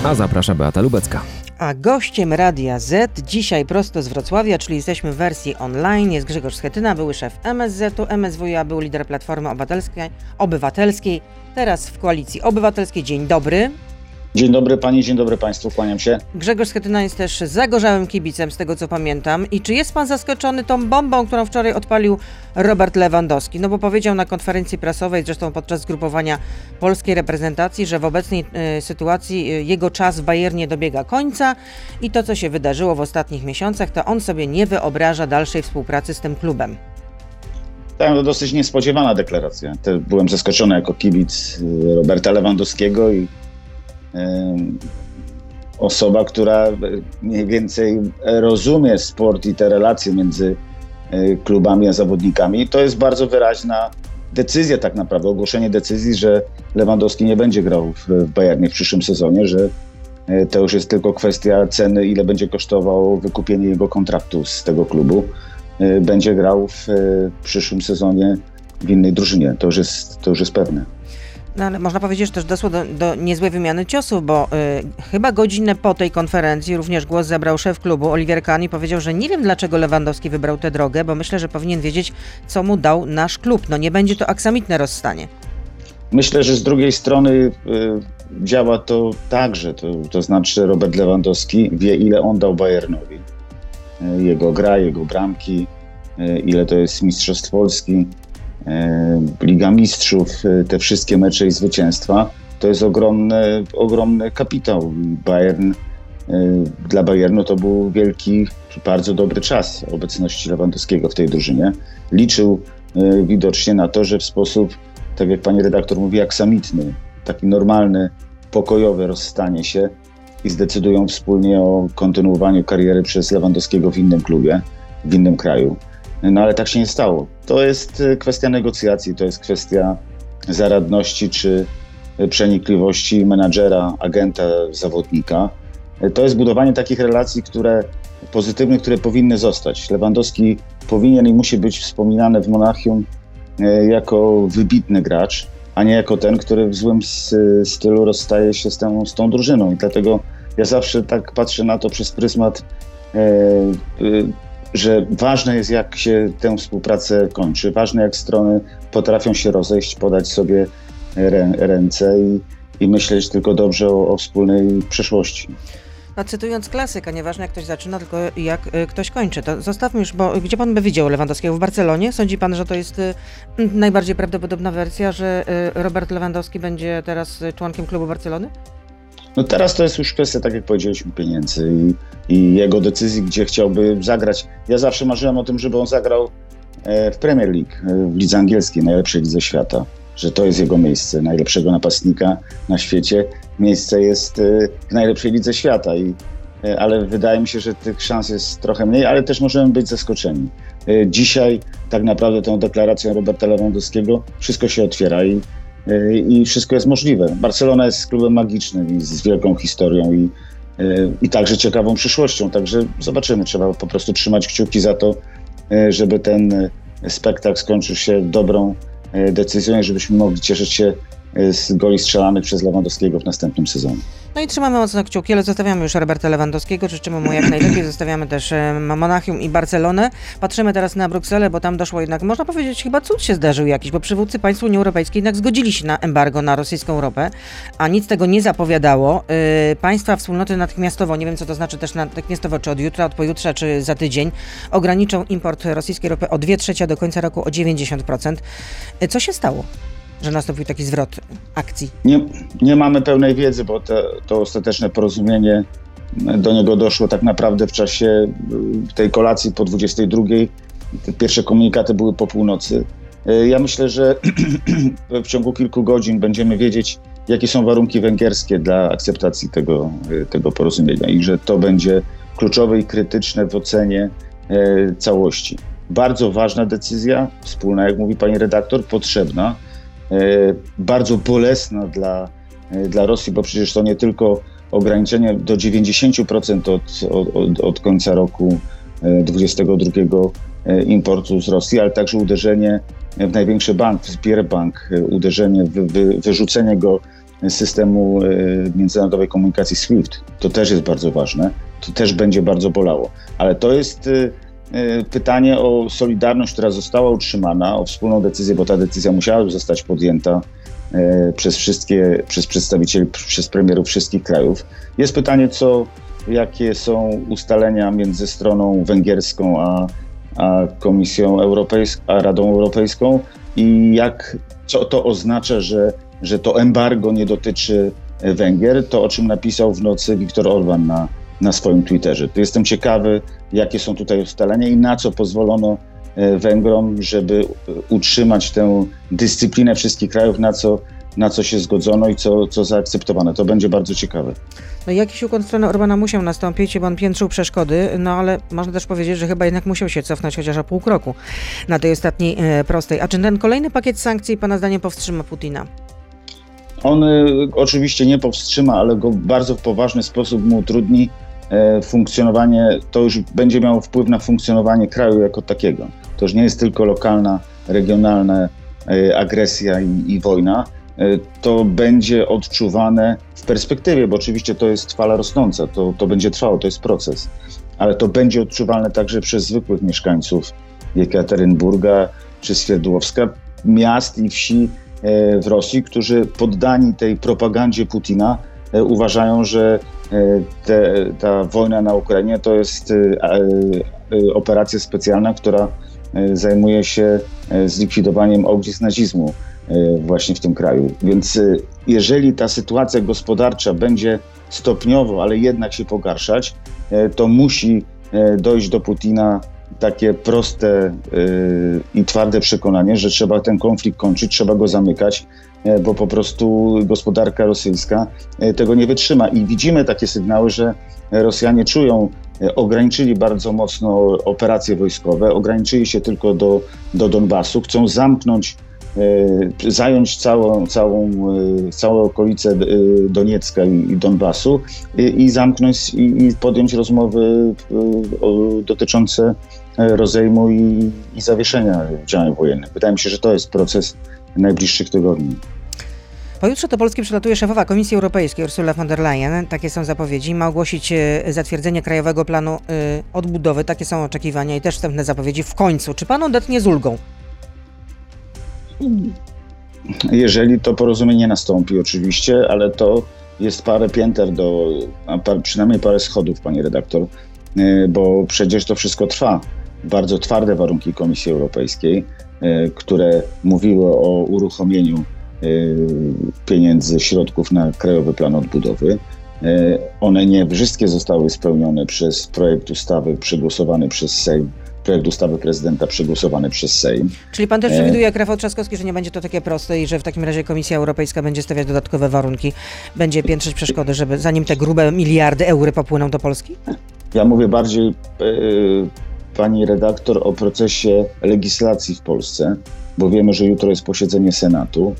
A zaprasza Beata Lubecka. A gościem Radia Z dzisiaj prosto z Wrocławia, czyli jesteśmy w wersji online, jest Grzegorz Schetyna, były szef MSZ-u, MSWiA, był lider Platformy Obywatelskiej, teraz w Koalicji Obywatelskiej. Dzień dobry. Dzień dobry Pani, dzień dobry Państwu, kłaniam się. Grzegorz Schetyna jest też zagorzałym kibicem, z tego co pamiętam. I czy jest Pan zaskoczony tą bombą, którą wczoraj odpalił Robert Lewandowski? No bo powiedział na konferencji prasowej, zresztą podczas zgrupowania polskiej reprezentacji, że w obecnej sytuacji jego czas w Bayernie dobiega końca i to, co się wydarzyło w ostatnich miesiącach, to on sobie nie wyobraża dalszej współpracy z tym klubem. Tak, to dosyć niespodziewana deklaracja. Byłem zaskoczony jako kibic Roberta Lewandowskiego i osoba, która mniej więcej rozumie sport i te relacje między klubami a zawodnikami. To jest bardzo wyraźna decyzja tak naprawdę, ogłoszenie decyzji, że Lewandowski nie będzie grał w Bayernie w przyszłym sezonie, że to już jest tylko kwestia ceny, ile będzie kosztowało wykupienie jego kontraktu z tego klubu. Będzie grał w przyszłym sezonie w innej drużynie. To już jest pewne. No ale można powiedzieć, że też doszło do niezłej wymiany ciosów, bo chyba godzinę po tej konferencji również głos zabrał szef klubu Oliver Kahn i powiedział, że nie wiem, dlaczego Lewandowski wybrał tę drogę, bo myślę, że powinien wiedzieć, co mu dał nasz klub. No nie będzie to aksamitne rozstanie. Myślę, że z drugiej strony działa to także, to znaczy Robert Lewandowski wie, ile on dał Bayernowi. Jego gra, jego bramki, ile to jest Mistrzostw Polski, Liga Mistrzów, te wszystkie mecze i zwycięstwa, to jest ogromny kapitał. Dla Bayernu to był wielki, bardzo dobry czas obecności Lewandowskiego w tej drużynie. Liczył widocznie na to, że w sposób, tak jak pani redaktor mówi, aksamitny, taki normalny, pokojowe rozstanie się i zdecydują wspólnie o kontynuowaniu kariery przez Lewandowskiego w innym klubie, w innym kraju. No ale tak się nie stało. To jest kwestia negocjacji, to jest kwestia zaradności czy przenikliwości menadżera, agenta, zawodnika. To jest budowanie takich relacji, pozytywnych, które powinny zostać. Lewandowski powinien i musi być wspominany w Monachium jako wybitny gracz, a nie jako ten, który w złym stylu rozstaje się z tą drużyną. I dlatego ja zawsze tak patrzę na to przez pryzmat że ważne jest, jak się tę współpracę kończy. Ważne, jak strony potrafią się rozejść, podać sobie ręce i myśleć tylko dobrze o wspólnej przyszłości. No, cytując klasyka, nieważne jak ktoś zaczyna, tylko jak ktoś kończy. To zostawmy już, bo gdzie pan by widział Lewandowskiego? W Barcelonie? Sądzi pan, że to jest najbardziej prawdopodobna wersja, że Robert Lewandowski będzie teraz członkiem klubu Barcelony? No teraz to jest już kwestia, tak jak powiedzieliśmy, pieniędzy i jego decyzji, gdzie chciałby zagrać. Ja zawsze marzyłem o tym, żeby on zagrał w Premier League, w lidze angielskiej, najlepszej lidze świata, że to jest jego miejsce, najlepszego napastnika na świecie. Miejsce jest w najlepszej lidze świata, ale wydaje mi się, że tych szans jest trochę mniej, ale też możemy być zaskoczeni. Dzisiaj tak naprawdę tą deklaracją Roberta Lewandowskiego wszystko się otwiera i wszystko jest możliwe. Barcelona jest klubem magicznym i z wielką historią i także ciekawą przyszłością. Także zobaczymy, trzeba po prostu trzymać kciuki za to, żeby ten spektakl skończył się dobrą decyzją i żebyśmy mogli cieszyć się z goli strzelanych przez Lewandowskiego w następnym sezonie. No i trzymamy mocno kciuki, ale zostawiamy już Roberta Lewandowskiego, życzymy mu jak najlepiej, zostawiamy też Monachium i Barcelonę. Patrzymy teraz na Brukselę, bo tam doszło jednak, można powiedzieć, chyba cud się zdarzył jakiś, bo przywódcy państw Unii Europejskiej jednak zgodzili się na embargo na rosyjską ropę, a nic tego nie zapowiadało. Państwa wspólnoty natychmiastowo, nie wiem co to znaczy też natychmiastowo, czy od jutra, od pojutrze, czy za tydzień, ograniczą import rosyjskiej ropy o 2/3 do końca roku o 90%. Co się stało, że nastąpił taki zwrot akcji? Nie mamy pełnej wiedzy, bo to ostateczne porozumienie, do niego doszło tak naprawdę w czasie tej kolacji po 22:00. Te pierwsze komunikaty były po północy. Ja myślę, że w ciągu kilku godzin będziemy wiedzieć, jakie są warunki węgierskie dla akceptacji tego porozumienia i że to będzie kluczowe i krytyczne w ocenie całości. Bardzo ważna decyzja, wspólna, jak mówi pani redaktor, potrzebna. Bardzo bolesna dla Rosji, bo przecież to nie tylko ograniczenie do 90% od końca roku 2022 importu z Rosji, ale także uderzenie w największy bank, w Sberbank, uderzenie, wyrzucenie go systemu międzynarodowej komunikacji SWIFT. To też jest bardzo ważne, to też będzie bardzo bolało. Ale to jest pytanie o solidarność, która została utrzymana, o wspólną decyzję, bo ta decyzja musiała zostać podjęta przez przedstawicieli, przez premierów wszystkich krajów. Jest pytanie, jakie są ustalenia między stroną węgierską a Komisją Europejską, a Radą Europejską i co to oznacza, że to embargo nie dotyczy Węgier, to o czym napisał w nocy Viktor Orbán na swoim Twitterze. To jestem ciekawy, jakie są tutaj ustalenia i na co pozwolono Węgrom, żeby utrzymać tę dyscyplinę wszystkich krajów, na co się zgodzono i co zaakceptowane. To będzie bardzo ciekawe. No jakiś ukłon w stronę Orbána musiał nastąpić, bo on piętrzył przeszkody, no ale można też powiedzieć, że chyba jednak musiał się cofnąć chociaż o pół kroku na tej ostatniej prostej. A czy ten kolejny pakiet sankcji pana zdaniem powstrzyma Putina? On oczywiście nie powstrzyma, ale go bardzo w poważny sposób mu utrudni funkcjonowanie. To już będzie miało wpływ na funkcjonowanie kraju jako takiego. To już nie jest tylko lokalna, regionalna agresja i wojna. To będzie odczuwane w perspektywie, bo oczywiście to jest fala rosnąca, to będzie trwało, to jest proces, ale to będzie odczuwalne także przez zwykłych mieszkańców Jekaterynburga czy Swierdłowska, miast i wsi w Rosji, którzy poddani tej propagandzie Putina uważają, że ta wojna na Ukrainie to jest operacja specjalna, która zajmuje się zlikwidowaniem ognisk nazizmu właśnie w tym kraju. Więc jeżeli ta sytuacja gospodarcza będzie stopniowo, ale jednak się pogarszać, to musi dojść do Putina takie proste i twarde przekonanie, że trzeba ten konflikt kończyć, trzeba go zamykać, bo po prostu gospodarka rosyjska tego nie wytrzyma. I widzimy takie sygnały, że Rosjanie ograniczyli bardzo mocno operacje wojskowe, ograniczyli się tylko do Donbasu, chcą zająć całą okolicę Doniecka i Donbasu i zamknąć i podjąć rozmowy dotyczące rozejmu i zawieszenia działań wojennych. Wydaje mi się, że to jest proces najbliższych tygodni. Pojutrze do Polski przylatuje szefowa Komisji Europejskiej Ursula von der Leyen. Takie są zapowiedzi. Ma ogłosić zatwierdzenie Krajowego Planu Odbudowy. Takie są oczekiwania i też wstępne zapowiedzi w końcu. Czy pan odetchnie z ulgą? Jeżeli to porozumienie nastąpi oczywiście, ale to jest parę pięter przynajmniej parę schodów, pani redaktor, bo przecież to wszystko trwa. Bardzo twarde warunki Komisji Europejskiej, które mówiły o uruchomieniu pieniędzy, środków na Krajowy Plan Odbudowy. One nie wszystkie zostały spełnione przez projekt ustawy przegłosowany przez Sejm, projekt ustawy prezydenta przegłosowany przez Sejm. Czyli pan też przewiduje, jak Rafał Trzaskowski, że nie będzie to takie proste i że w takim razie Komisja Europejska będzie stawiać dodatkowe warunki, będzie piętrzyć przeszkody, żeby zanim te grube miliardy euro popłyną do Polski? Ja mówię bardziej, pani redaktor, o procesie legislacji w Polsce, bo wiemy, że jutro jest posiedzenie Senatu.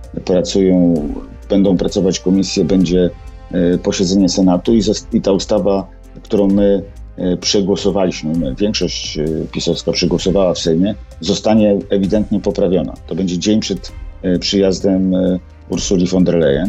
Będą pracować komisje, będzie posiedzenie Senatu i ta ustawa, którą my przegłosowaliśmy, większość pisowska przegłosowała w Sejmie, zostanie ewidentnie poprawiona. To będzie dzień przed przyjazdem Ursuli von der Leyen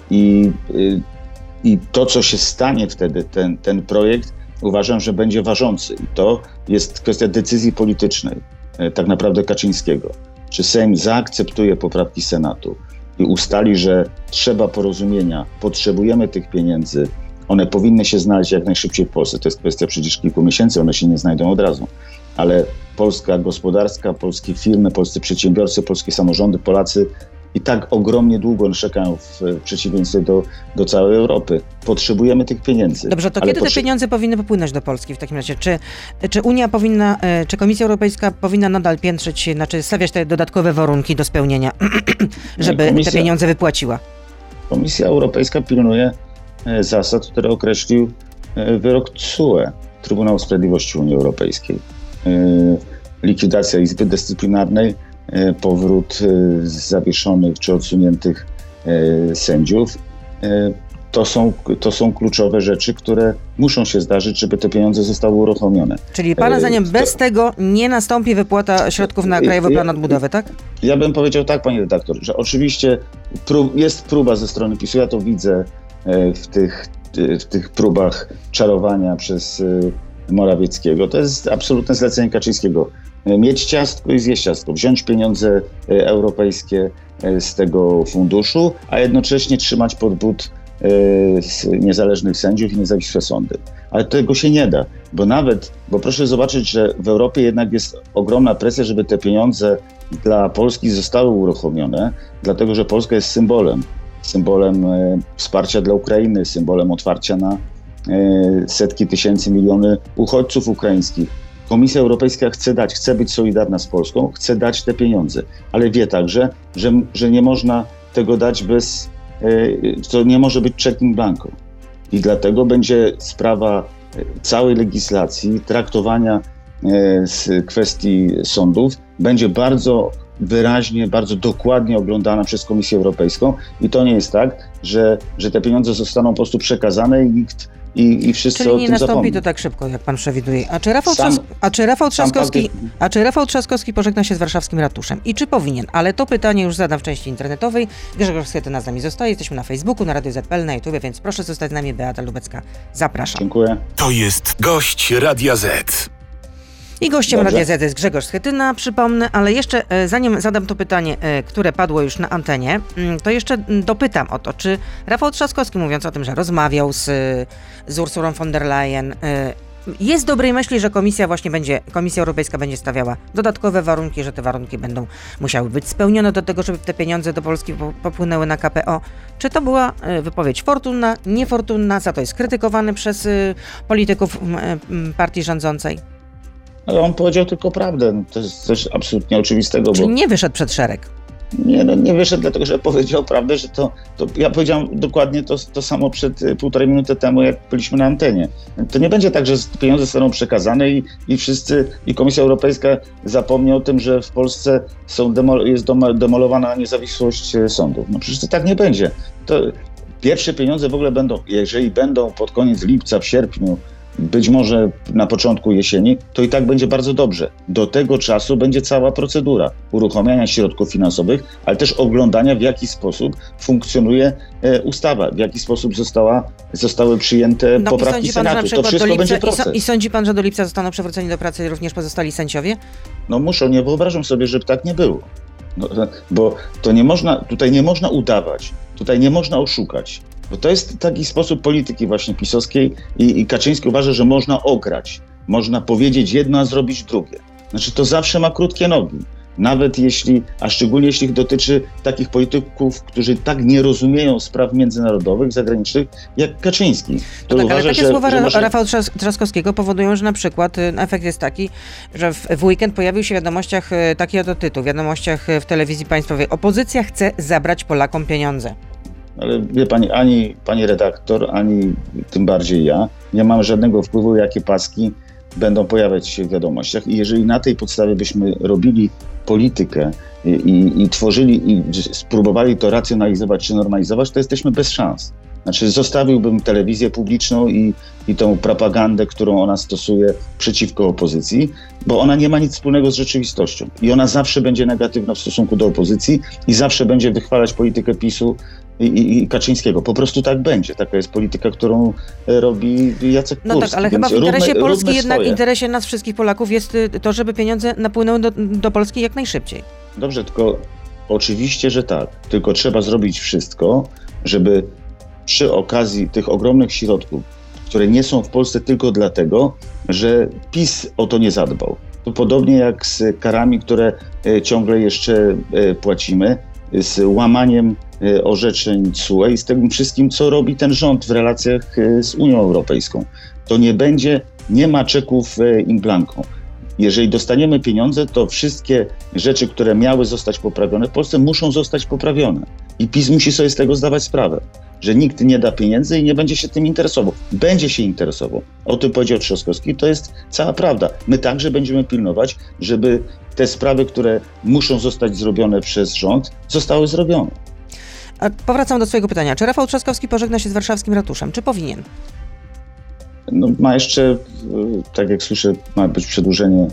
i to, co się stanie wtedy, ten projekt, uważam, że będzie ważący. I to jest kwestia decyzji politycznej, tak naprawdę Kaczyńskiego. Czy Sejm zaakceptuje poprawki Senatu i ustali, że trzeba porozumienia, potrzebujemy tych pieniędzy, one powinny się znaleźć jak najszybciej w Polsce. To jest kwestia przecież kilku miesięcy, one się nie znajdą od razu. Ale polska gospodarka, polskie firmy, polscy przedsiębiorcy, polskie samorządy, Polacy i tak ogromnie długo czekają w przeciwieństwie do całej Europy. Potrzebujemy tych pieniędzy. Dobrze, to kiedy te pieniądze powinny popłynąć do Polski w takim razie? Czy Unia powinna, czy Komisja Europejska powinna nadal piętrzyć, stawiać te dodatkowe warunki do spełnienia, żeby te pieniądze wypłaciła? Komisja Europejska pilnuje zasad, które określił wyrok TSUE, Trybunału Sprawiedliwości Unii Europejskiej. Likwidacja Izby Dyscyplinarnej, powrót zawieszonych czy odsuniętych sędziów. to są kluczowe rzeczy, które muszą się zdarzyć, żeby te pieniądze zostały uruchomione. Czyli pana zdaniem bez tego nie nastąpi wypłata środków na Krajowy Plan Odbudowy, tak? Ja bym powiedział tak, panie redaktor, że oczywiście jest próba ze strony PiS-u, ja to widzę w tych próbach czarowania przez Morawieckiego. To jest absolutne zlecenie Kaczyńskiego. Mieć ciastko i zjeść ciastko, wziąć pieniądze europejskie z tego funduszu, a jednocześnie trzymać pod but niezależnych sędziów i niezawisłe sądy. Ale tego się nie da, bo proszę zobaczyć, że w Europie jednak jest ogromna presja, żeby te pieniądze dla Polski zostały uruchomione, dlatego że Polska jest symbolem wsparcia dla Ukrainy, symbolem otwarcia na setki tysięcy, miliony uchodźców ukraińskich. Komisja Europejska chce być solidarna z Polską, chce dać te pieniądze, ale wie także, że nie można tego dać to nie może być check in blanco. I dlatego będzie sprawa całej legislacji, traktowania z kwestii sądów, będzie bardzo wyraźnie, bardzo dokładnie oglądana przez Komisję Europejską i to nie jest tak, że te pieniądze zostaną po prostu przekazane i wszyscy o tym Czyli nie nastąpi zapomną. to tak szybko, jak pan przewiduje. A czy Rafał Trzaskowski pożegna się z warszawskim ratuszem? I czy powinien? Ale to pytanie już zadam w części internetowej. Grzegorz Schetyna z nami zostaje. Jesteśmy na Facebooku, na Radio ZPL, na YouTube, więc proszę zostać z nami. Beata Lubecka. Zapraszam. Dziękuję. To jest gość Radia Z. I gościem Dobrze. Radia Z jest Grzegorz Schetyna, przypomnę, ale jeszcze zanim zadam to pytanie, które padło już na antenie, to jeszcze dopytam o to, czy Rafał Trzaskowski, mówiąc o tym, że rozmawiał z Ursulą von der Leyen, jest dobrej myśli, że Komisja Europejska będzie stawiała dodatkowe warunki, że te warunki będą musiały być spełnione do tego, żeby te pieniądze do Polski popłynęły na KPO. Czy to była wypowiedź fortunna, niefortunna, za to jest krytykowany przez polityków partii rządzącej? Ale on powiedział tylko prawdę. No, to jest coś absolutnie oczywistego. Czyli nie wyszedł przed szereg? Nie wyszedł, dlatego że powiedział prawdę, że to ja powiedziałem dokładnie to samo przed 1,5 minuty temu, jak byliśmy na antenie. To nie będzie tak, że pieniądze zostaną przekazane i wszyscy, i Komisja Europejska zapomni o tym, że w Polsce jest demolowana niezawisłość sądów. No przecież to tak nie będzie. To pierwsze pieniądze w ogóle jeżeli będą pod koniec lipca, w sierpniu, być może na początku jesieni, to i tak będzie bardzo dobrze. Do tego czasu będzie cała procedura uruchamiania środków finansowych, ale też oglądania, w jaki sposób funkcjonuje ustawa, w jaki sposób zostały przyjęte poprawki Senatu. To wszystko będzie proces. I sądzi pan, że do lipca zostaną przywróceni do pracy również pozostali sędziowie? No muszą, nie wyobrażam sobie, żeby tak nie było. No, bo tutaj nie można udawać, tutaj nie można oszukać. Bo to jest taki sposób polityki właśnie pisowskiej i Kaczyński uważa, że można ograć. Można powiedzieć jedno, a zrobić drugie. Znaczy to zawsze ma krótkie nogi. Nawet a szczególnie jeśli dotyczy takich polityków, którzy tak nie rozumieją spraw międzynarodowych, zagranicznych, jak Kaczyński. No tak, ale takie słowa Rafała Trzaskowskiego powodują, że na przykład efekt jest taki, że w weekend pojawił się w wiadomościach taki oto tytuł, w wiadomościach w telewizji państwowej: opozycja chce zabrać Polakom pieniądze. Ale wie pani, ani pani redaktor, ani tym bardziej ja nie mamy żadnego wpływu, jakie paski będą pojawiać się w wiadomościach. I jeżeli na tej podstawie byśmy robili politykę i tworzyli i spróbowali to racjonalizować czy normalizować, to jesteśmy bez szans. Znaczy zostawiłbym telewizję publiczną i tą propagandę, którą ona stosuje przeciwko opozycji, bo ona nie ma nic wspólnego z rzeczywistością. I ona zawsze będzie negatywna w stosunku do opozycji i zawsze będzie wychwalać politykę PiS-u i Kaczyńskiego. Po prostu tak będzie. Taka jest polityka, którą robi Jacek Kurski. No tak, ale chyba w interesie Polski, jednak w interesie nas wszystkich Polaków jest to, żeby pieniądze napłynęły do Polski jak najszybciej. Dobrze, tylko oczywiście, że tak. Tylko trzeba zrobić wszystko, żeby przy okazji tych ogromnych środków, które nie są w Polsce tylko dlatego, że PiS o to nie zadbał. To podobnie jak z karami, które ciągle jeszcze płacimy, z łamaniem orzeczeń TSUE i z tym wszystkim, co robi ten rząd w relacjach z Unią Europejską. To nie ma czeków in blanco. Jeżeli dostaniemy pieniądze, to wszystkie rzeczy, które miały zostać poprawione w Polsce, muszą zostać poprawione. I PiS musi sobie z tego zdawać sprawę, że nikt nie da pieniędzy i nie będzie się tym interesował. Będzie się interesował. O tym powiedział Trzaskowski, to jest cała prawda. My także będziemy pilnować, żeby te sprawy, które muszą zostać zrobione przez rząd, zostały zrobione. A powracam do swojego pytania. Czy Rafał Trzaskowski pożegna się z warszawskim ratuszem? Czy powinien? No, ma jeszcze, tak jak słyszę, ma być przedłużenie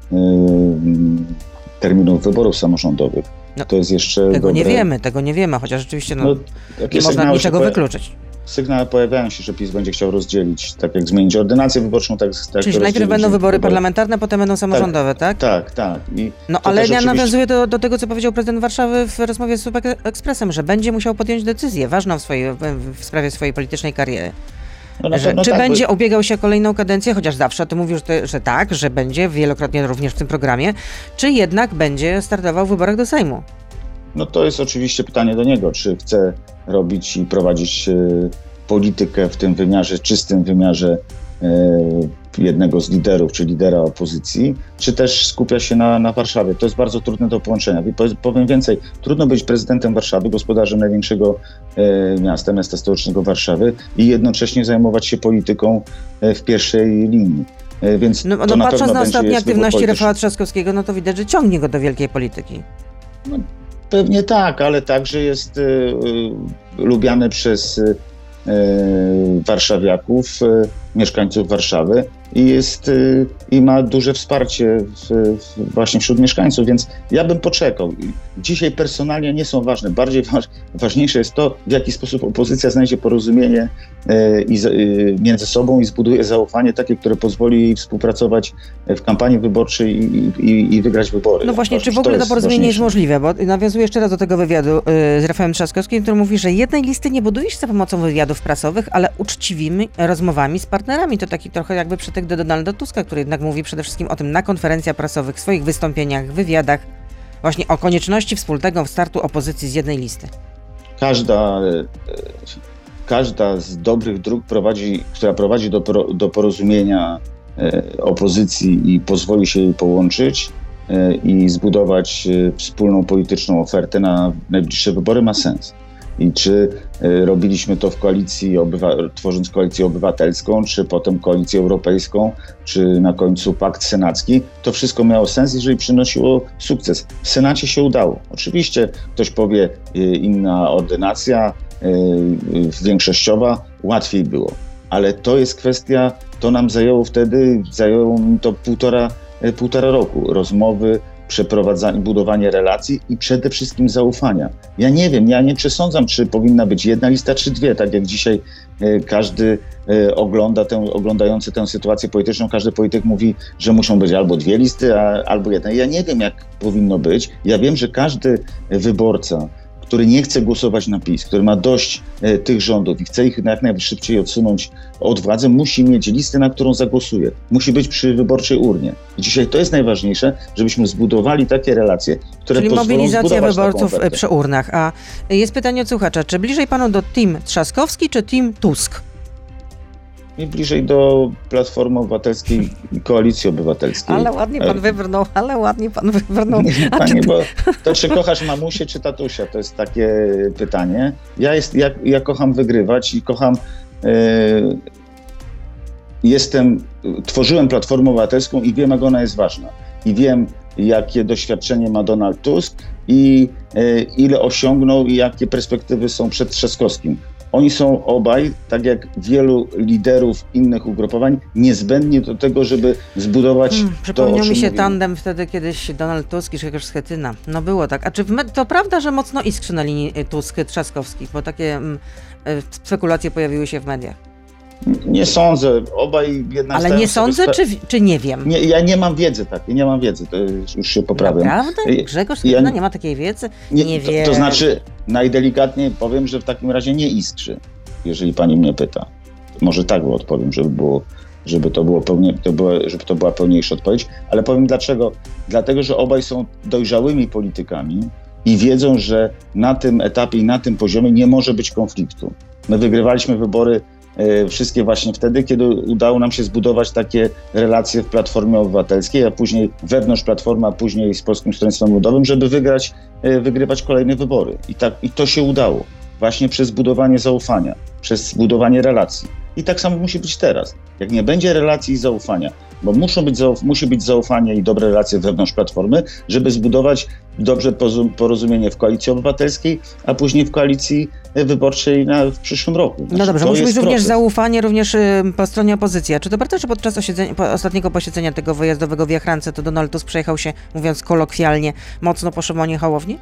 terminów wyborów samorządowych. No, to jest jeszcze tego nie wiemy, chociaż rzeczywiście nie można niczego wykluczyć. Sygnały pojawiają się, że PiS będzie chciał rozdzielić, tak jak zmienić ordynację wyborczą, tak Czyli najpierw będą wybory parlamentarne, potem będą samorządowe, tak? Tak. Ale ja nawiązuję do tego, co powiedział prezydent Warszawy w rozmowie z Super Expressem, że będzie musiał podjąć decyzję ważną w sprawie swojej politycznej kariery. Czy będzie ubiegał się o kolejną kadencję, chociaż zawsze ty mówisz, że tak, że będzie wielokrotnie również w tym programie, czy jednak będzie startował w wyborach do Sejmu? No to jest oczywiście pytanie do niego, czy chce robić i prowadzić politykę w tym wymiarze, czystym wymiarze jednego z liderów, czy lidera opozycji, czy też skupia się na Warszawie. To jest bardzo trudne do połączenia. Powiem więcej, trudno być prezydentem Warszawy, gospodarzem największego miasta stołecznego Warszawy i jednocześnie zajmować się polityką w pierwszej linii. Więc patrząc na ostatnie aktywności Rafała Trzaskowskiego, no to widać, że ciągnie go do wielkiej polityki. No, pewnie tak, ale także jest lubiany przez warszawiaków, mieszkańców Warszawy i ma duże wsparcie właśnie wśród mieszkańców, więc ja bym poczekał. Dzisiaj personalia nie są ważne. Bardziej ważniejsze jest to, w jaki sposób opozycja znajdzie porozumienie między sobą i zbuduje zaufanie takie, które pozwoli jej współpracować w kampanii wyborczej i wygrać wybory. No właśnie, czy w ogóle to porozumienie jest możliwe? Bo nawiązuję jeszcze raz do tego wywiadu z Rafałem Trzaskowskim, który mówi, że jednej listy nie buduje się za pomocą wywiadów prasowych, ale uczciwymi rozmowami z partnerami. To taki trochę jakby przytyk do Donalda Tuska, który jednak mówi przede wszystkim o tym na konferencjach prasowych, w swoich wystąpieniach, wywiadach, właśnie o konieczności wspólnego startu opozycji z jednej listy. Każda z dobrych dróg, która prowadzi do porozumienia opozycji i pozwoli się jej połączyć i zbudować wspólną polityczną ofertę na najbliższe wybory, ma sens. I czy robiliśmy to w koalicji, tworząc koalicję obywatelską, czy potem koalicję europejską, czy na końcu pakt senacki, to wszystko miało sens, jeżeli przynosiło sukces. W Senacie się udało. Oczywiście ktoś powie, inna ordynacja, większościowa, łatwiej było. Ale to jest kwestia, to nam zajęło to półtora roku rozmowy, przeprowadzanie, budowanie relacji i przede wszystkim zaufania. Ja nie wiem, ja nie przesądzam, czy powinna być jedna lista, czy dwie, tak jak dzisiaj każdy oglądający tę sytuację polityczną, każdy polityk mówi, że muszą być albo dwie listy, albo jedna. Ja nie wiem, jak powinno być. Ja wiem, że każdy wyborca, który nie chce głosować na PiS, który ma dość tych rządów i chce ich jak najszybciej odsunąć od władzy, musi mieć listę, na którą zagłosuje. Musi być przy wyborczej urnie. I dzisiaj to jest najważniejsze, żebyśmy zbudowali takie relacje, które Czyli pozwolą mobilizacja wyborców taką przy urnach. A jest pytanie od słuchacza, czy bliżej panu do team Trzaskowski, czy team Tusk? I bliżej do Platformy Obywatelskiej i Koalicji Obywatelskiej. Ale ładnie pan wybrnął. Pani, bo to czy kochasz mamusię, czy tatusia? To jest takie pytanie. Ja kocham wygrywać i kocham... Tworzyłem Platformę Obywatelską i wiem, jak ona jest ważna. I wiem, jakie doświadczenie ma Donald Tusk i ile osiągnął i jakie perspektywy są przed Trzaskowskim. Oni są obaj, tak jak wielu liderów innych ugrupowań, niezbędni do tego, żeby zbudować Przypomniał mi się tandem wtedy kiedyś Donald Tusk i Grzegorz Schetyna. No było tak. A czy to prawda, że mocno iskrzy na linii Tusk-Trzaskowski? Bo takie spekulacje pojawiły się w mediach. Nie sądzę. Obaj jednak. Ale nie sądzę, czy nie wiem? Nie, ja nie mam wiedzy takiej, nie mam wiedzy, to już się poprawiam. Naprawdę? Grzegorz Schetyna nie ma takiej wiedzy? Nie wiem. To znaczy, najdelikatniej powiem, że w takim razie nie iskrzy, jeżeli pani mnie pyta. Może tak odpowiem, żeby to była pełniejsza odpowiedź, ale powiem dlaczego. Dlatego, że obaj są dojrzałymi politykami i wiedzą, że na tym etapie i na tym poziomie nie może być konfliktu. My wygrywaliśmy wybory wszystkie właśnie wtedy, kiedy udało nam się zbudować takie relacje w Platformie Obywatelskiej, a później wewnątrz Platformy, a później z Polskim Stronnictwem Ludowym, żeby wygrywać kolejne wybory. I to się udało właśnie przez budowanie zaufania, przez budowanie relacji. I tak samo musi być teraz. Jak nie będzie relacji i zaufania, bo musi być zaufanie i dobre relacje wewnątrz Platformy, żeby zbudować dobrze porozumienie w Koalicji Obywatelskiej, a później w Koalicji Wyborczej w przyszłym roku. No dobrze, musi być również proces. zaufanie również po stronie opozycji. A czy to prawda, że podczas ostatniego posiedzenia tego wyjazdowego w Jachrance to Donald Tusk przejechał się, mówiąc kolokwialnie, mocno po Szymonie Hołowni?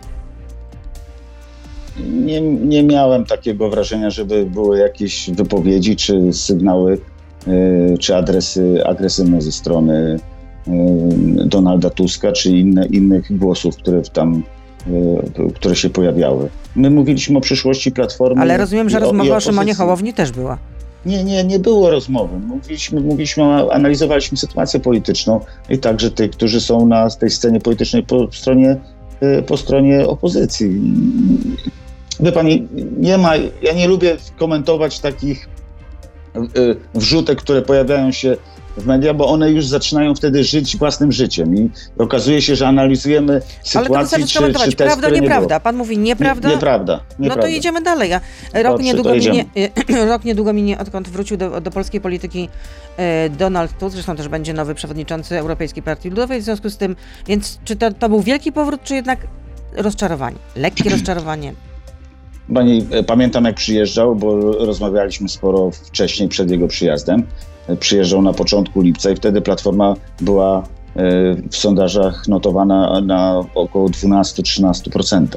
Nie miałem takiego wrażenia, żeby były jakieś wypowiedzi, czy sygnały, czy adresy agresywne ze strony Donalda Tuska, czy innych głosów, które się pojawiały. My mówiliśmy o przyszłości Platformy. Ale rozumiem, że rozmowa o Szymonie Hołowni też była. Nie było rozmowy. Analizowaliśmy sytuację polityczną i także tych, którzy są na tej scenie politycznej po stronie opozycji. Wie pani, ja nie lubię komentować takich wrzutek, które pojawiają się w mediach, bo one już zaczynają wtedy żyć własnym życiem i okazuje się, że analizujemy sytuację, czy prawda, nieprawda. Pan mówi nieprawda? Nieprawda. No to idziemy dalej. Rok niedługo minie, odkąd wrócił do polskiej polityki Donald Tusk, zresztą też będzie nowy przewodniczący Europejskiej Partii Ludowej, w związku z tym, więc czy to był wielki powrót, czy jednak rozczarowanie? Lekkie rozczarowanie? Pamiętam, jak przyjeżdżał, bo rozmawialiśmy sporo wcześniej, przed jego przyjazdem. Przyjeżdżał na początku lipca i wtedy Platforma była w sondażach notowana na około 12-13%.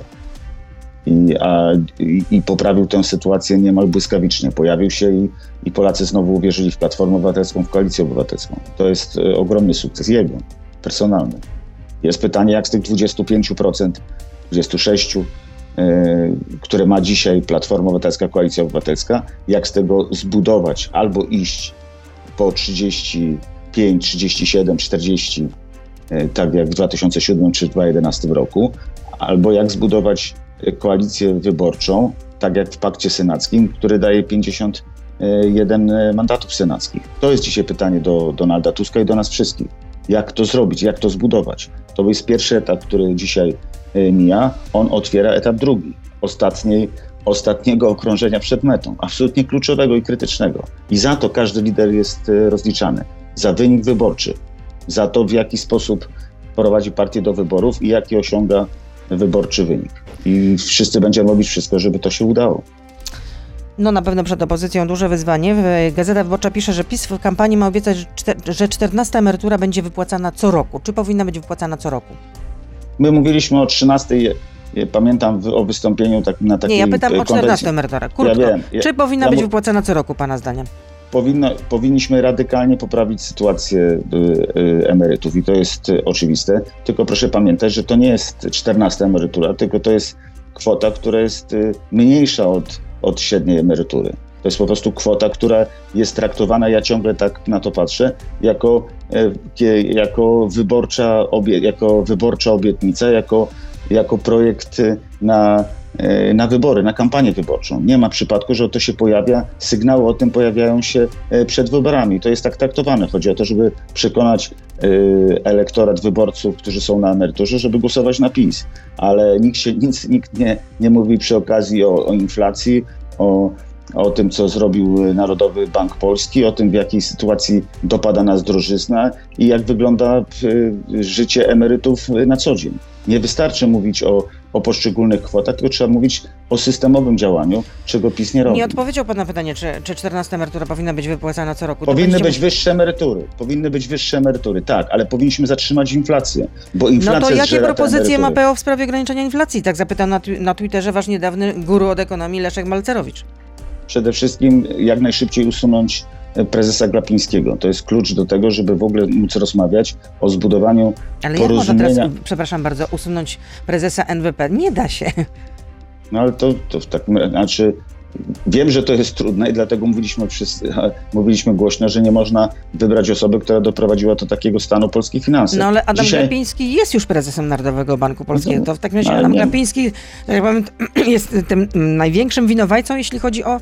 I poprawił tę sytuację niemal błyskawicznie. Pojawił się i Polacy znowu uwierzyli w Platformę Obywatelską, w Koalicję Obywatelską. To jest ogromny sukces jego, personalny. Jest pytanie, jak z tych 25%, 26%, które ma dzisiaj Platforma Obywatelska, Koalicja Obywatelska, jak z tego zbudować albo iść po 35, 37, 40, tak jak w 2007 czy 2011 roku, albo jak zbudować koalicję wyborczą, tak jak w Pakcie Senackim, który daje 51 mandatów senackich. To jest dzisiaj pytanie do Donalda Tuska i do nas wszystkich. Jak to zrobić, jak to zbudować? To jest pierwszy etap, który dzisiaj mija. On otwiera etap drugi, ostatniego okrążenia przed metą, absolutnie kluczowego i krytycznego. I za to każdy lider jest rozliczany. Za wynik wyborczy, za to, w jaki sposób prowadzi partię do wyborów i jaki osiąga wyborczy wynik. I wszyscy będziemy robić wszystko, żeby to się udało. No na pewno przed opozycją duże wyzwanie. Gazeta Wyborcza pisze, że PiS w kampanii ma obiecać, że 14 emerytura będzie wypłacana co roku. Czy powinna być wypłacana co roku? My mówiliśmy o 13. Pamiętam o wystąpieniu na takiej Nie, ja pytam konwencji. o 14 emeryturę. Krótko. Ja wiem. Czy powinna być wypłacana co roku, pana zdaniem? Powinniśmy radykalnie poprawić sytuację emerytów i to jest oczywiste. Tylko proszę pamiętać, że to nie jest 14 emerytura, tylko to jest kwota, która jest mniejsza od średniej emerytury. To jest po prostu kwota, która jest traktowana, ja ciągle tak na to patrzę, jako wyborcza obietnica, jako projekt na wybory, na kampanię wyborczą. Nie ma przypadku, że to się pojawia, sygnały o tym pojawiają się przed wyborami. To jest tak traktowane. Chodzi o to, żeby przekonać elektorat wyborców, którzy są na emeryturze, żeby głosować na PiS. Ale nikt nie mówi przy okazji o inflacji, o tym, co zrobił Narodowy Bank Polski, o tym, w jakiej sytuacji dopada nas drożyzna i jak wygląda życie emerytów na co dzień. Nie wystarczy mówić o poszczególnych kwotach, tylko trzeba mówić o systemowym działaniu, czego PiS nie robi. Nie odpowiedział pan na pytanie, czy 14 emerytura powinna być wypłacana co roku. Powinny być wyższe emerytury, tak, ale powinniśmy zatrzymać inflację, bo inflacja No to jakie propozycje ma emerytury. PO w sprawie ograniczenia inflacji? Tak zapytał na Twitterze wasz niedawny guru od ekonomii Leszek Balcerowicz. Przede wszystkim jak najszybciej usunąć prezesa Glapińskiego. To jest klucz do tego, żeby w ogóle móc rozmawiać o zbudowaniu porozumienia. Jak można teraz, przepraszam bardzo, usunąć prezesa NWP? Nie da się. No ale to tak, znaczy wiem, że to jest trudne i dlatego mówiliśmy głośno, że nie można wybrać osoby, która doprowadziła do takiego stanu polskich finansów. No ale Adam Glapiński jest już prezesem Narodowego Banku Polskiego. To w takim razie Adam Glapiński, tak powiem, jest tym największym winowajcą, jeśli chodzi o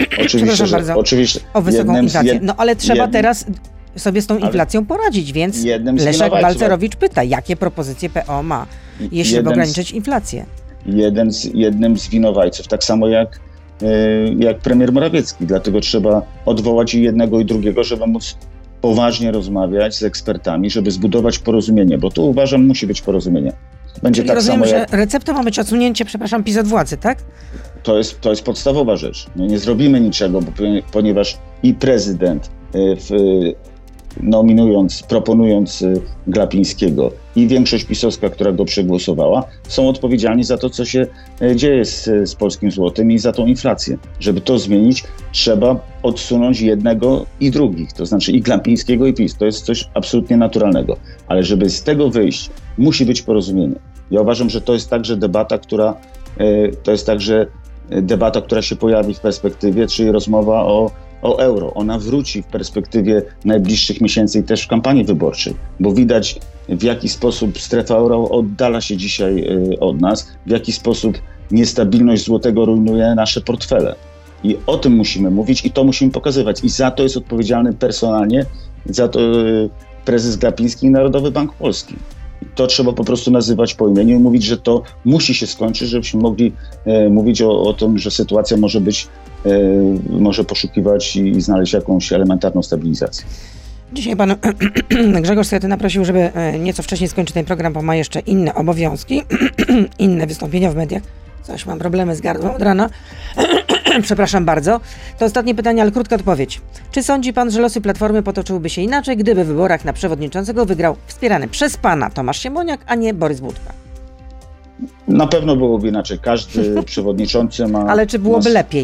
o wysoką inflację. No ale trzeba teraz sobie z tą inflacją poradzić, więc Leszek Balcerowicz pyta, jakie propozycje PO ma, jeśli by ograniczyć inflację. Jednym z winowajców, tak samo jak jak premier Morawiecki. Dlatego trzeba odwołać i jednego, i drugiego, żeby móc poważnie rozmawiać z ekspertami, żeby zbudować porozumienie, bo tu uważam, musi być porozumienie. Będzie Czyli tak rozumiem, samo że jak... receptą ma być odsunięcie, PiS od władzy, tak? To jest podstawowa rzecz. Nie zrobimy niczego, ponieważ i prezydent proponując Glapińskiego i większość pisowska, która go przegłosowała, są odpowiedzialni za to, co się dzieje z polskim złotym i za tą inflację. Żeby to zmienić, trzeba odsunąć jednego i drugich, to znaczy i Glapińskiego, i PiS. To jest coś absolutnie naturalnego. Ale żeby z tego wyjść, musi być porozumienie. Ja uważam, że to jest także debata, która się pojawi w perspektywie, czyli rozmowa o euro. Ona wróci w perspektywie najbliższych miesięcy i też w kampanii wyborczej, bo widać, w jaki sposób strefa euro oddala się dzisiaj od nas, w jaki sposób niestabilność złotego rujnuje nasze portfele. I o tym musimy mówić i to musimy pokazywać. I za to jest odpowiedzialny personalnie, za to prezes Glapiński i Narodowy Bank Polski. To trzeba po prostu nazywać po imieniu i mówić, że to musi się skończyć, żebyśmy mogli mówić o tym, że sytuacja może poszukiwać i znaleźć jakąś elementarną stabilizację. Dzisiaj pan Grzegorz Schetyna prosił, żeby nieco wcześniej skończyć ten program, bo ma jeszcze inne obowiązki, inne wystąpienia w mediach. Coś, mam problemy z gardłem od rana. Przepraszam bardzo. To ostatnie pytanie, ale krótka odpowiedź. Czy sądzi pan, że losy Platformy potoczyłyby się inaczej, gdyby w wyborach na przewodniczącego wygrał wspierany przez pana Tomasz Siemoniak, a nie Borys Budka? Na pewno byłoby inaczej. Każdy przewodniczący ma... Ale czy byłoby lepiej?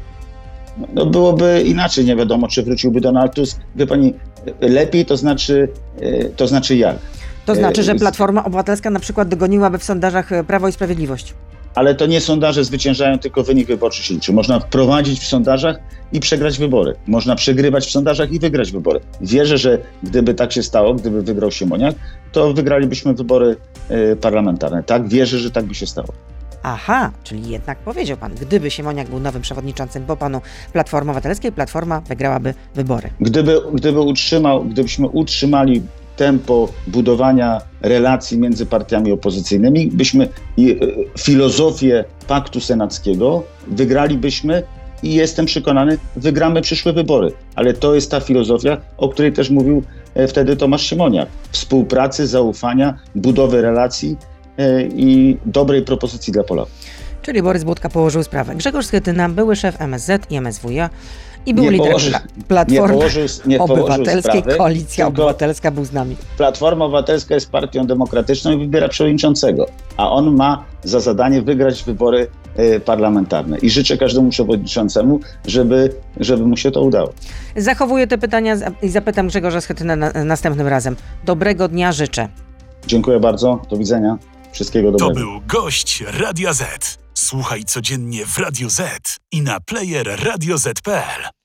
No byłoby inaczej. Nie wiadomo, czy wróciłby Donald Tusk. Wie pani, lepiej to znaczy jak? To znaczy, że Platforma Obywatelska na przykład dogoniłaby w sondażach Prawo i Sprawiedliwość. Ale to nie sondaże zwyciężają, tylko wynik wyborczy się liczy. Można wprowadzić w sondażach i przegrać wybory. Można przegrywać w sondażach i wygrać wybory. Wierzę, że gdyby tak się stało, gdyby wygrał Siemoniak, to wygralibyśmy wybory parlamentarne. Tak, wierzę, że tak by się stało. Aha, czyli jednak powiedział pan, gdyby Siemoniak był nowym przewodniczącym po panu Platformy Obywatelskiej, Platforma wygrałaby wybory. Gdybyśmy utrzymali tempo budowania relacji między partiami opozycyjnymi, filozofię paktu senackiego wygralibyśmy i jestem przekonany, wygramy przyszłe wybory. Ale to jest ta filozofia, o której też mówił wtedy Tomasz Siemoniak. Współpracy, zaufania, budowy relacji i dobrej propozycji dla Polaków. Czyli Borys Budka położył sprawę. Grzegorz Schetyna, były szef MSZ i MSWiA i był lider Platformy Obywatelskiej. Koalicja Obywatelska był z nami. Platforma Obywatelska jest partią demokratyczną i wybiera przewodniczącego, a on ma za zadanie wygrać wybory parlamentarne. I życzę każdemu przewodniczącemu, żeby mu się to udało. Zachowuję te pytania i zapytam Grzegorza Schetyna następnym razem. Dobrego dnia życzę. Dziękuję bardzo. Do widzenia. Wszystkiego dobrego. To był gość Radia Z. Słuchaj codziennie w Radio Z i na player radioz.pl.